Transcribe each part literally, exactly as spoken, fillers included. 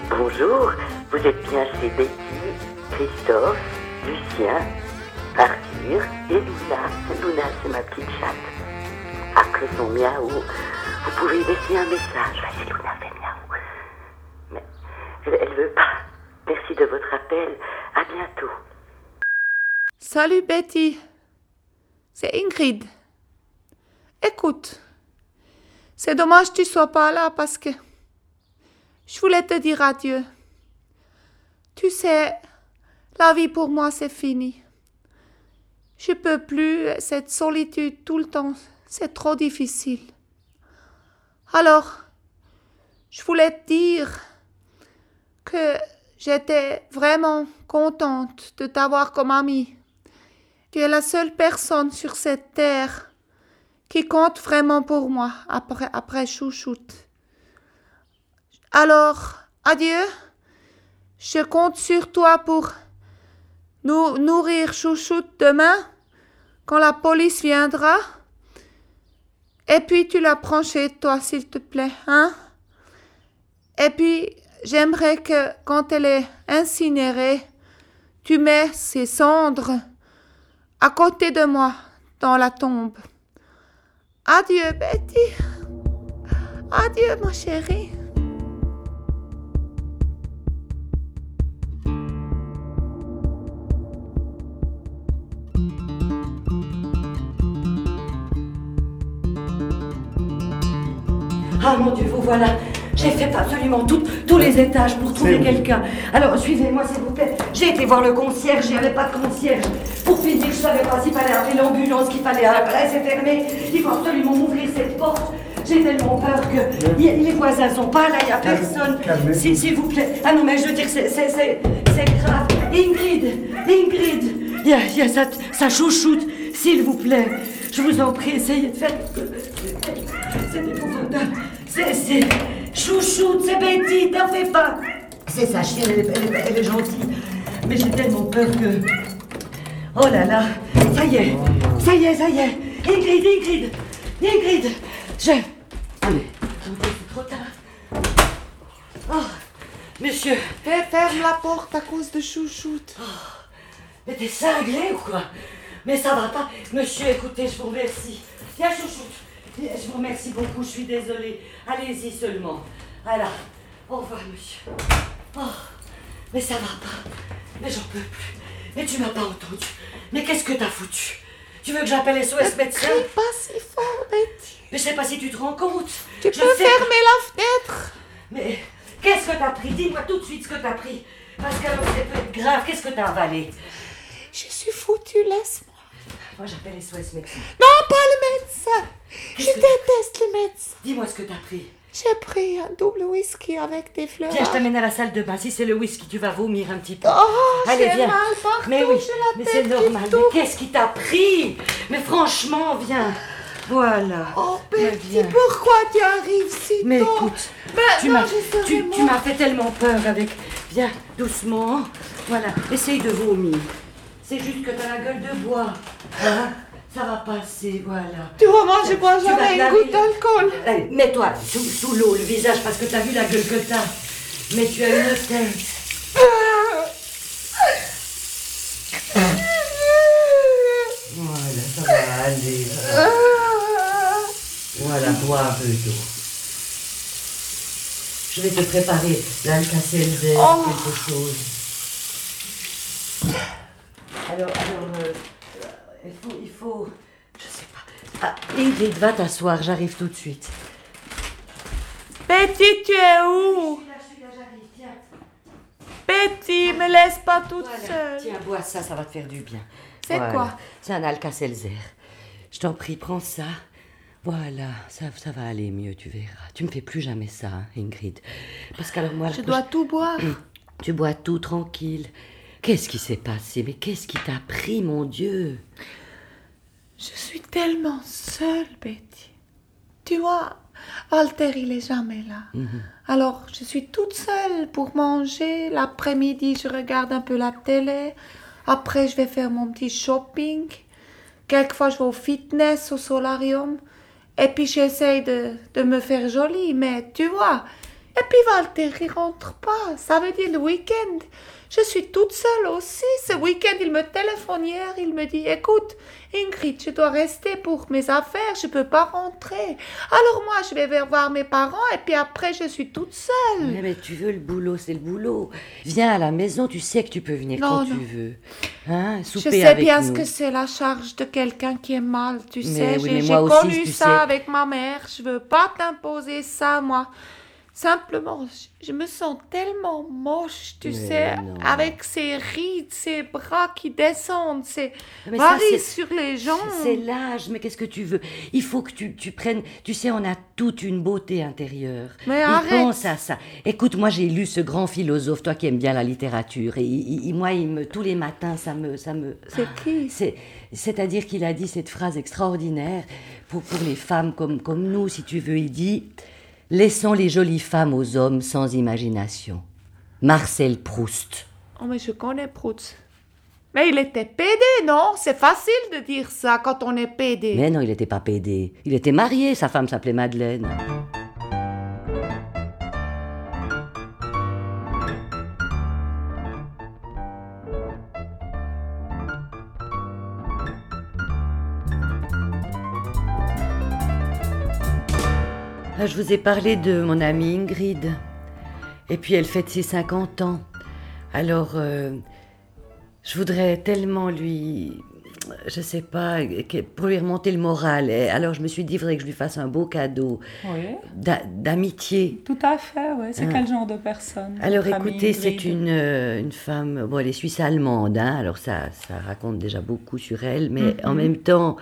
Bonjour, vous êtes bien chez Betty, Christophe, Lucien, Arthur et Luna. Luna, c'est ma petite chatte. Après son miaou, vous pouvez laisser un message. Vas-y, Luna, fais miaou. Mais elle, elle veut pas. Merci de votre appel. À bientôt. Salut Betty, c'est Ingrid. Écoute, c'est dommage que tu sois pas là parce que je voulais te dire adieu. Tu sais, la vie pour moi c'est fini. Je peux plus, cette solitude tout le temps, c'est trop difficile. Alors, je voulais te dire que j'étais vraiment contente de t'avoir comme amie. Tu es la seule personne sur cette terre qui compte vraiment pour moi après, après Chouchoute. Alors, adieu. Je compte sur toi pour nous nourrir Chouchoute demain, quand la police viendra. Et puis tu la prends chez toi, s'il te plaît, hein? Et puis, j'aimerais que, quand elle est incinérée, tu mets ses cendres à côté de moi, dans la tombe. Adieu, Betty. Adieu, ma chérie. Ah mon Dieu, vous voilà. J'ai fait absolument tout, tous les étages pour trouver quelqu'un. Alors, suivez-moi, s'il vous plaît. J'ai été voir le concierge, il n'y avait pas de concierge. Pour finir, je ne savais pas s'il fallait appeler l'ambulance, qu'il fallait... La place est fermée. Il faut absolument m'ouvrir cette porte. J'ai tellement peur que... Y, les voisins ne sont pas là, il n'y a personne. S'il, s'il vous plaît. Ah non, mais je veux dire, c'est, c'est, c'est, c'est grave. Ingrid, Ingrid, il y a, y a sa, sa chouchoute, s'il vous plaît. Je vous en prie, essayez de faire... C'est épouvantable. C'est... c'est... Chouchoute, c'est Betty, t'en fais pas. C'est sa chienne, elle, elle, elle est gentille. Mais j'ai tellement peur que... Oh là là, ça y est, ça y est, ça y est. Ingrid, Ingrid, Ingrid, je... Allez, c'est trop tard. Oh, monsieur. Et ferme la porte à cause de Chouchoute. Oh, mais t'es cinglé ou quoi? Mais ça va pas. Monsieur, écoutez, je vous remercie. Viens, Chouchoute. Je vous remercie beaucoup, je suis désolée. Allez-y seulement. Voilà. Au revoir, monsieur. Oh, mais ça va pas. Mais j'en peux plus. Mais tu m'as pas entendu. Mais qu'est-ce que t'as foutu? Tu veux que j'appelle S O S médecin? Ne crie pas si fort, Betty. Mais je sais pas si tu te rends compte. Tu je peux sais... fermer la fenêtre. Mais qu'est-ce que t'as pris? Dis-moi tout de suite ce que t'as pris. Parce que alors, c'est peut être grave. Qu'est-ce que t'as avalé? Je suis foutue, laisse-moi. Moi, j'appelle S O S médecin. Non, pas le médecin. Qu'est-ce Je que... déteste le médecin. Dis-moi ce que t'as pris. J'ai pris un double whisky avec des fleurs. Viens, je t'amène à la salle de bain. Si c'est le whisky, tu vas vomir un petit peu. Oh, allez, j'ai viens. mal partout, mais oui, j'ai la mais tête c'est qui normal. Mais tourne. qu'est-ce qui t'a pris? Mais franchement, viens. Voilà. Oh, Mais Betty, viens. pourquoi tu arrives si Mais tôt? écoute, Ben, tu, non, m'as, je serai tu, tu morte. m'as fait tellement peur avec... Viens, doucement. Voilà, essaye de vomir. C'est juste que t'as la gueule de bois. Hein? Ça va passer, voilà. Tu vois, moi, je bois Tu vas jamais te une laver goutte le- d'alcool. Allez, mets-toi sous, sous l'eau, le visage, parce que t'as vu la gueule que t'as. Mais tu as une tête. Voilà, ça va aller. ça va. Voilà, bois un peu d'eau. Je vais te préparer l'Alka-Seltzer, Oh. quelque chose. Alors, alors, euh, il faut, il faut, je sais pas. Ah, Ingrid, va t'asseoir, j'arrive tout de suite. Betty, tu es où? Je suis là, je suis là, j'arrive, tiens. Betty, me laisse pas toute Voilà. seule. Tiens, bois ça, ça va te faire du bien. C'est Voilà. quoi? C'est un Alka-Seltzer. Je t'en prie, prends ça. Voilà, ça, ça va aller mieux, tu verras. Tu me fais plus jamais ça, hein, Ingrid. Parce qu'alors moi... Je dois tout boire. Tu bois tout tranquille. Qu'est-ce qui s'est passé? Mais qu'est-ce qui t'a pris, mon Dieu? Je suis tellement seule, Betty. Tu vois, Walter, il est jamais là. Mhm. Alors, je suis toute seule pour manger. L'après-midi, je regarde un peu la télé. Après, je vais faire mon petit shopping. Quelquefois, je vais au fitness, au solarium. Et puis, j'essaye de, de me faire jolie. Mais tu vois, Et puis Walter, il rentre pas. Ça veut dire le week-end. Je suis toute seule aussi. Ce week-end, il me téléphone hier. Il me dit, écoute, Ingrid, je dois rester pour mes affaires. Je peux pas rentrer. Alors moi, je vais voir mes parents et puis après, je suis toute seule. Mais, mais tu veux le boulot, c'est le boulot. Viens à la maison, tu sais que tu peux venir non, quand non. tu veux. Hein, je souper sais avec bien nous. ce que c'est la charge de quelqu'un qui est mal. Tu Mais sais, oui, j'ai, mais j'ai moi aussi, connu tu ça sais. avec ma mère. Je veux pas t'imposer ça, moi. Simplement, je, je me sens tellement moche, tu Mais sais, non. avec ces rides, ces bras qui descendent, ces Mais ça, varices c'est- sur les jambes. C'est l'âge, mais qu'est-ce que tu veux? Il faut que tu, tu prennes... Tu sais, on a toute une beauté intérieure. Mais Il arrête. pense à ça. Écoute, moi, j'ai lu ce grand philosophe, toi qui aimes bien la littérature, et il- il- moi, il me, tous les matins, ça me... Ça me C'est qui? c'est, C'est-à-dire qu'il a dit cette phrase extraordinaire pour, pour les femmes comme, comme nous, si tu veux. Il dit... Laissons les jolies femmes aux hommes sans imagination. Marcel Proust. Oh, mais je connais Proust. Mais il était pédé, non? C'est facile de dire ça quand on est pédé. Mais non, il n'était pas pédé. Il était marié, sa femme s'appelait Madeleine. Là, je vous ai parlé de mon amie Ingrid. Et puis elle fête ses cinquante ans. Alors, euh, je voudrais tellement lui... Je sais pas, que- pour lui remonter le moral. Et alors je me suis dit, il faudrait que je lui fasse un beau cadeau Oui, d'a- d'amitié. tout à fait, oui. C'est Ah. quel genre de personne? Alors votre amie écoutez, c'est Ingrid une, euh, une femme, bon elle est suisse-allemande, hein, alors ça, ça raconte déjà beaucoup sur elle, mais Mhm. en même temps,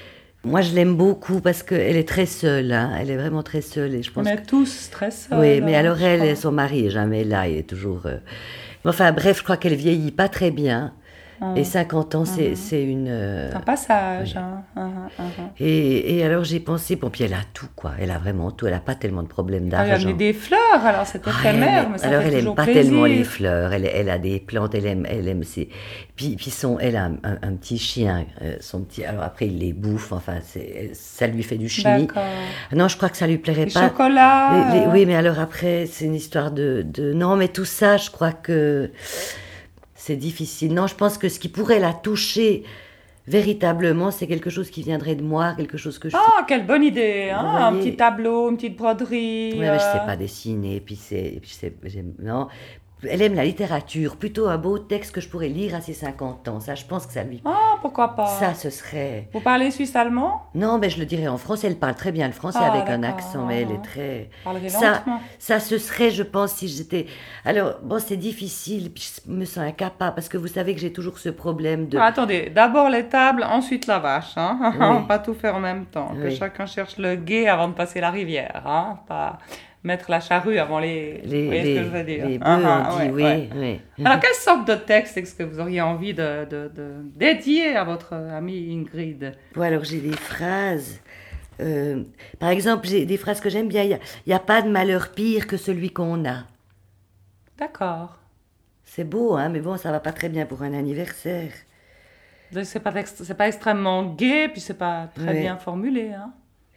moi je l'aime beaucoup parce qu'elle est très seule, hein, elle est vraiment très seule et je On pense est que... tous très seuls. Oui, mais hein, alors je elle, crois. son mari est jamais là, il est toujours... euh, Enfin bref, je crois qu'elle vieillit pas très bien, Hum. et cinquante ans c'est Mhm. c'est une... euh, Un passage. oui. Hein. Hum, hum, hum. Et, et alors j'ai pensé, bon puis elle a tout quoi, elle a vraiment tout, elle a pas tellement de problèmes Ah, il a d'argent. amené des fleurs, alors c'est Ah, éphémère, elle- mais ça alors fait elle aime toujours pas plaisir. tellement les fleurs, elle, elle a des plantes, elle aime, elle aime ses... Puis, puis son, elle a un, un- un petit chien, euh, son petit... Alors après il les bouffe, enfin c'est, ça lui fait du chenille. D'accord. Non, je crois que ça lui plairait Les pas. chocolats. Les- les- euh, oui, mais alors après c'est une histoire de, de... Non, mais tout ça, je crois que c'est difficile. Non, je pense que ce qui pourrait la toucher véritablement, c'est quelque chose qui viendrait de moi, quelque chose que je... Ah, quelle bonne idée, hein? Vous Un voyez. petit tableau, une petite broderie. Ouais, mais je sais euh, pas dessiner, puis c'est, puis c'est, j'aime- non. Elle aime la littérature, plutôt un beau texte que je pourrais lire à ses cinquante ans. Ça, je pense que ça lui, Ah, pourquoi pas? ça, ce serait. Vous parlez suisse-allemand? Non, mais je le dirais en français. Elle parle très bien le français Ah, avec un d'accord. accent, mais elle est très. Parlerez Ça, lentement. ça, ce serait, je pense, si j'étais. Alors, bon, c'est difficile, puis je me sens incapable parce que vous savez que j'ai toujours ce problème de. Ah, attendez, d'abord les tables, ensuite la vache. Hein? Oui. On va pas tout faire en même temps. Que Oui. chacun cherche le gué avant de passer la rivière. Hein? Pas mettre la charrue avant les... Les, Vous voyez les, ce que je veux dire? les bœufs, Ah, on ah, dit, ouais, oui, ouais. oui. Alors, quelle sorte de texte est-ce que vous auriez envie de, de, de dédier à votre amie Ingrid? Bon, alors j'ai des phrases. euh, par exemple, j'ai des phrases que j'aime bien. Il n'y a, a pas de malheur pire que celui qu'on a. D'accord. C'est beau, hein, mais bon, ça va pas très bien pour un anniversaire. Donc, C'est pas, ext- c'est pas extrêmement gai, puis c'est pas très Oui. bien formulé. Hein?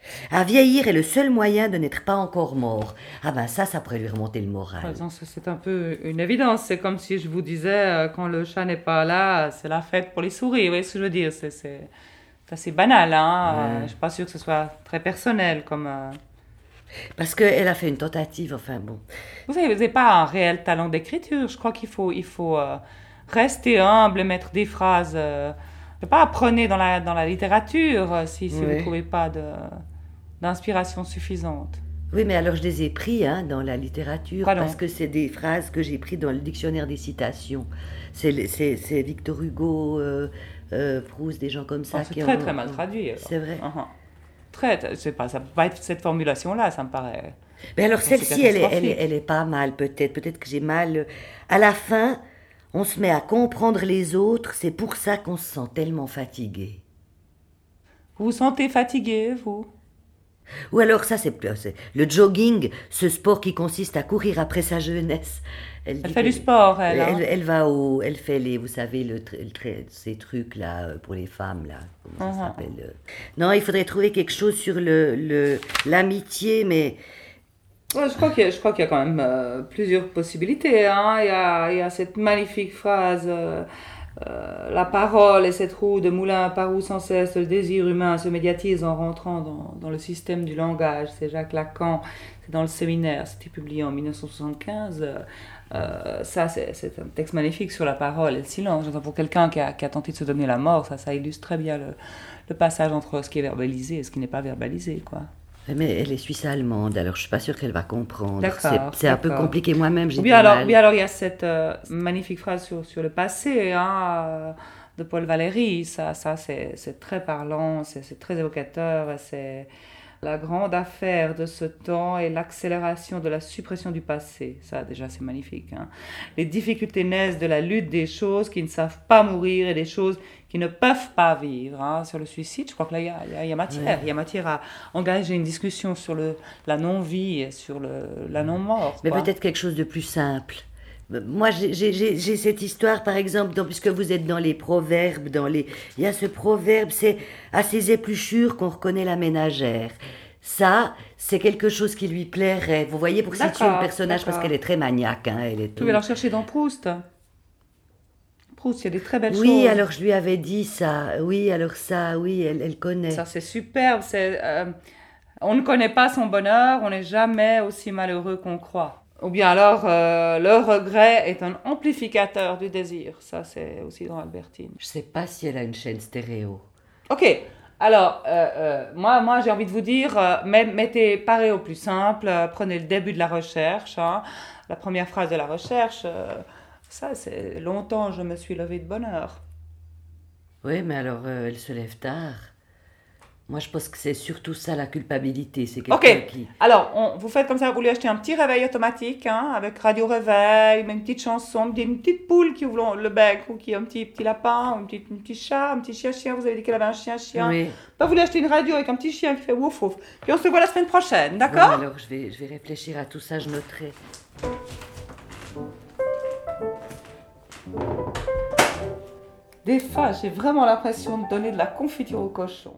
À vieillir est le seul moyen de n'être pas encore mort. Ah ben ça, ça pourrait lui remonter le Par moral. exemple, ça, c'est un peu une évidence. C'est comme si je vous disais, euh, quand le chat n'est pas là, c'est la fête pour les souris. Vous voyez ce que je veux dire? C'est, c'est, c'est assez banal. Hein? Euh, Ouais. je suis pas sûre que ce soit très personnel. Comme, euh, Parce qu'elle a fait une tentative, enfin bon. Vous savez, vous n'avez pas un réel talent d'écriture. Je crois qu'il faut, il faut euh, rester humble et mettre des phrases. Euh, je sais pas, apprenez dans la, dans la littérature euh, si, si vous Oui. ne trouvez pas de, d'inspiration suffisante. Oui, mais alors je les ai pris hein, dans la littérature Pardon. parce que c'est des phrases que j'ai prises dans le dictionnaire des citations. C'est, les- c'est, c'est Victor Hugo, euh, euh, Proust, des gens comme ça. Oh, c'est qui très ont- très mal traduit. alors. C'est vrai. Uh-huh. Très, très- c'est pas, ça peut pas être cette formulation-là, ça me paraît. Mais alors C'est celle-ci, elle est, elle, est, catastrophique. elle est pas mal peut-être. Peut-être que j'ai mal. euh, À la fin, on se met à comprendre les autres. C'est pour ça qu'on se sent tellement fatigué. Vous vous sentez fatigué, vous? Ou alors ça, c'est plus- c'est le jogging, ce sport qui consiste à courir après sa jeunesse. Elle dit fait du qu'elle- sport, elle. hein. Elle, elle va au, elle fait les, vous savez, le, tr- le tr- ces trucs là euh, pour les femmes là. Comment ça Mhm. s'appelle euh. Non, il faudrait trouver quelque chose sur le, le, l'amitié, mais Ouais, je crois qu'il y a, je crois qu'il y a quand même euh, plusieurs possibilités. Hein. Il y a, il y a cette magnifique phrase euh, euh, la parole est cette roue de moulin par où sans cesse le désir humain se médiatise en rentrant dans, dans le système du langage. C'est Jacques Lacan, c'est dans le séminaire, c'était publié en dix-neuf cent soixante-quinze. Euh, ça, c'est, c'est un texte magnifique sur la parole et le silence. Pour quelqu'un qui a, qui a tenté de se donner la mort, ça, ça illustre très bien le, le passage entre ce qui est verbalisé et ce qui n'est pas verbalisé, quoi. Mais elle est suisse-allemande, alors je suis pas sûre qu'elle va comprendre. D'accord, c'est c'est un peu d'accord. compliqué, moi-même j'ai Ou du bien alors, mal. bien alors il y a cette euh, magnifique phrase sur, sur le passé hein, euh, de Paul Valéry. Ça, ça c'est, c'est très parlant, c'est, c'est très évocateur. Et c'est la grande affaire de ce temps et l'accélération de la suppression du passé. Ça déjà c'est magnifique. Hein. Les difficultés naissent de la lutte des choses qui ne savent pas mourir et des choses qui ne peuvent pas vivre. Hein. Sur le suicide, je crois que là, il y a, il y a, il y a matière. Ouais. Il y a matière à engager une discussion sur le, la non-vie et sur le, la non-mort. Mais quoi. peut-être quelque chose de plus simple. Moi, j'ai, j'ai, j'ai, j'ai cette histoire, par exemple, dans, puisque vous êtes dans les proverbes, dans les, il y a ce proverbe, c'est « à ses épluchures qu'on reconnaît la ménagère ». Ça, c'est quelque chose qui lui plairait. Vous voyez, pour situer le personnage, d'accord. Parce qu'elle est très maniaque. Hein, elle est tout... Vous pouvez la rechercher dans Proust. Proust, il y a des très belles oui, choses. Oui, alors je lui avais dit ça. Oui, alors ça, oui, elle, elle connaît. Ça, c'est superbe. C'est, euh, on ne connaît pas son bonheur, on n'est jamais aussi malheureux qu'on croit. Ou bien alors, euh, le regret est un amplificateur du désir. Ça, c'est aussi dans Albertine. Je ne sais pas si elle a une chaîne stéréo. Ok, alors, euh, euh, moi, moi, j'ai envie de vous dire, euh, mettez, parez au plus simple, euh, prenez le début de la recherche, hein, la première phrase de la recherche... Euh, Ça, c'est longtemps, je me suis levée de bonne heure. Oui, mais alors, euh, elle se lève tard. Moi, je pense que c'est surtout ça, la culpabilité. C'est quelqu'un Ok, qui... alors, on, vous faites comme ça, vous lui achetez un petit réveil automatique, hein, avec radio-réveil, une petite chanson, une petite poule qui ouvre le bec, ou qui a un petit, petit lapin, ou un petit, un petit chat, un petit chien-chien, vous avez dit qu'elle avait un chien-chien. Oui. Bah, vous lui achetez une radio avec un petit chien qui fait wouf-wouf. Puis on se voit la semaine prochaine, d'accord? Bon, alors, je vais, je vais réfléchir à tout ça, je noterai. Des fois, j'ai vraiment l'impression de donner de la confiture au cochon.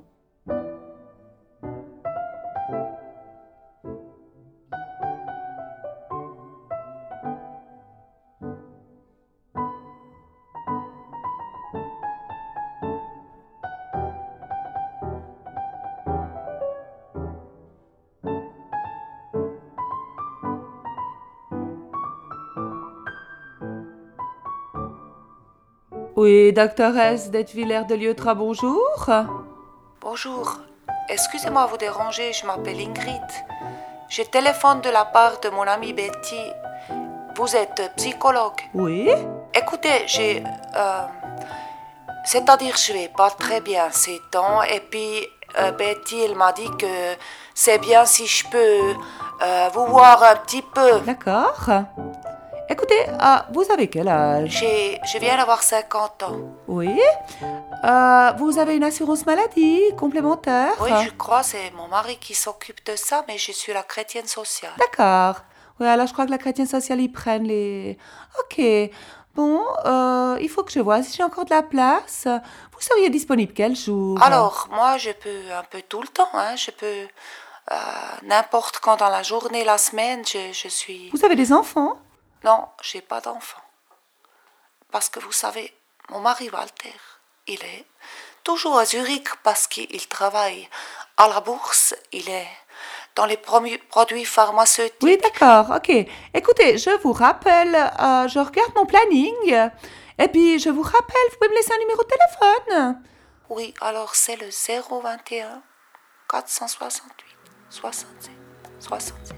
Oui, doctoresse d'Ettevillers de Lieutra, bonjour. Bonjour. Excusez-moi de vous déranger, je m'appelle Ingrid. Je téléphone de la part de mon amie Betty. Vous êtes psychologue? Oui. Écoutez, j'ai... Euh, c'est-à-dire, je vais pas très bien ces temps. Et puis, euh, Betty, elle m'a dit que c'est bien si je peux euh, vous voir un petit peu. D'accord. Écoutez, ah, vous avez quel âge? J'ai, je viens d'avoir cinquante ans. Oui. Euh, vous avez une assurance maladie complémentaire? Oui, je crois, c'est mon mari qui s'occupe de ça, mais je suis la chrétienne sociale. D'accord. Oui, alors je crois que la chrétienne sociale, ils prennent les... Ok. Bon, euh, il faut que je vois si j'ai encore de la place. Vous seriez disponible quel jour? Alors, moi, je peux un peu tout le temps, hein. Je peux... Euh, n'importe quand dans la journée, la semaine, je, je suis... Vous avez des enfants? Non, j'ai pas d'enfant. Parce que vous savez, mon mari Walter, il est toujours à Zurich parce qu'il travaille à la bourse, il est dans les produits pharmaceutiques. Oui, d'accord, ok. Écoutez, je vous rappelle, euh, je regarde mon planning, et puis je vous rappelle, vous pouvez me laisser un numéro de téléphone? Oui, alors c'est le zéro vingt et un quatre cent soixante-huit soixante-sept soixante-sept.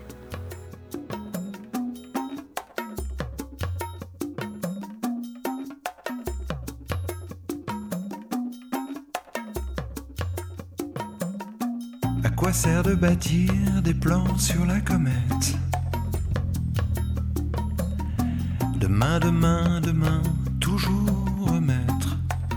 À quoi sert de bâtir des plans sur la comète? Demain, demain, demain, toujours remettre.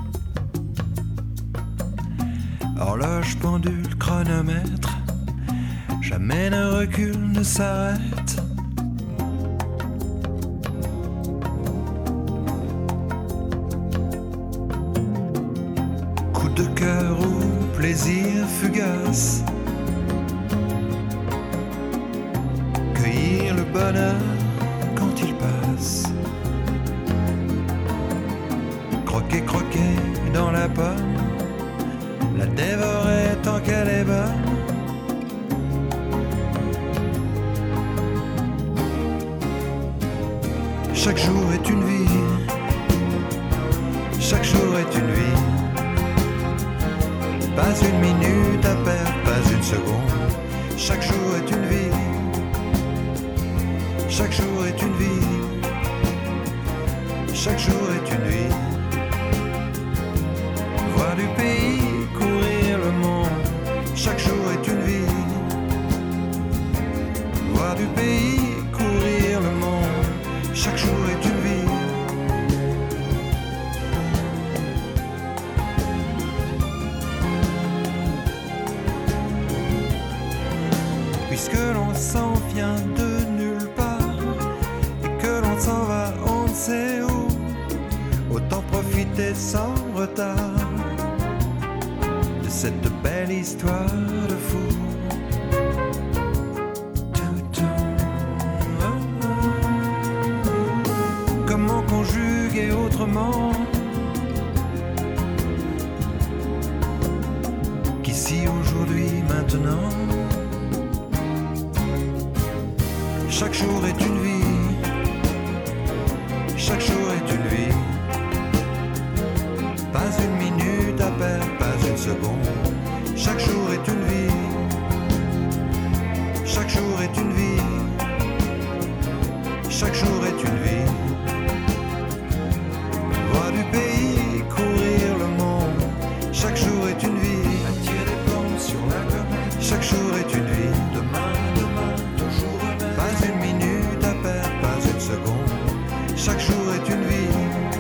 Horloge, pendule, chronomètre, jamais ne recule, ne s'arrête. Coup de cœur ou plaisir fugace, bonheur quand il passe. Croquer, croquer dans la pomme, la dévorer tant qu'elle est bonne. Chaque jour est une vie, chaque jour est une vie. Pas une minute à perdre, pas une seconde. Chaque jour est une vie, chaque jour est une vie, chaque jour est une vie. Voir du pays, courir le monde, chaque jour est une vie. Voir du pays, courir le monde, chaque jour est une vie. Puisque l'on s'en vient de nulle part et que l'on s'en va on ne sait où, autant profiter sans retard de cette belle histoire de fou. Comment conjuguer autrement qu'ici, aujourd'hui, maintenant. Chaque jour est une vie, chaque jour est une vie. Pas une minute à perdre, pas une seconde. Chaque jour est une vie, chaque jour est une vie, chaque jour est une vie. Voir du pays, courir le monde, chaque jour est une vie. Attirer des plombs sur la comète, chaque jour est une vie. Demain, demain, toujours même. Pas une minute à perdre, pas une seconde. Chaque jour est une vie,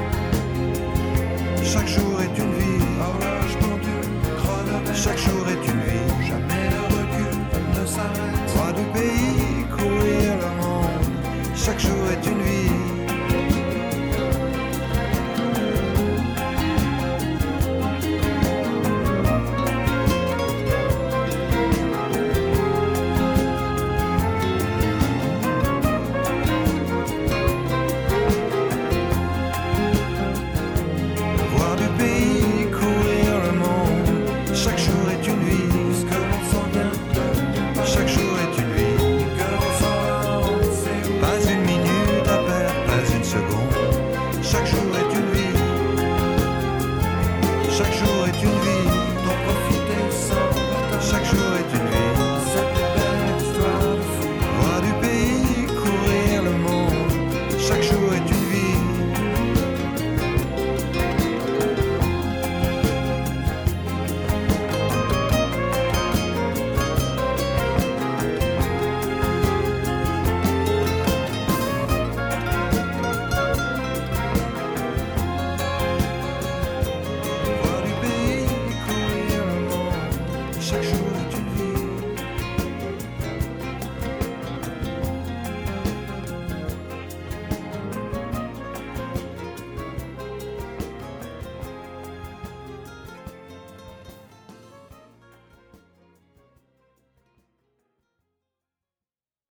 chaque jour est une vie. Horloge pendule, chronomètre, chaque jour est une vie. Jamais le recul ne s'arrête. Voir du pays, courir le monde, chaque jour est une vie. Chaque jour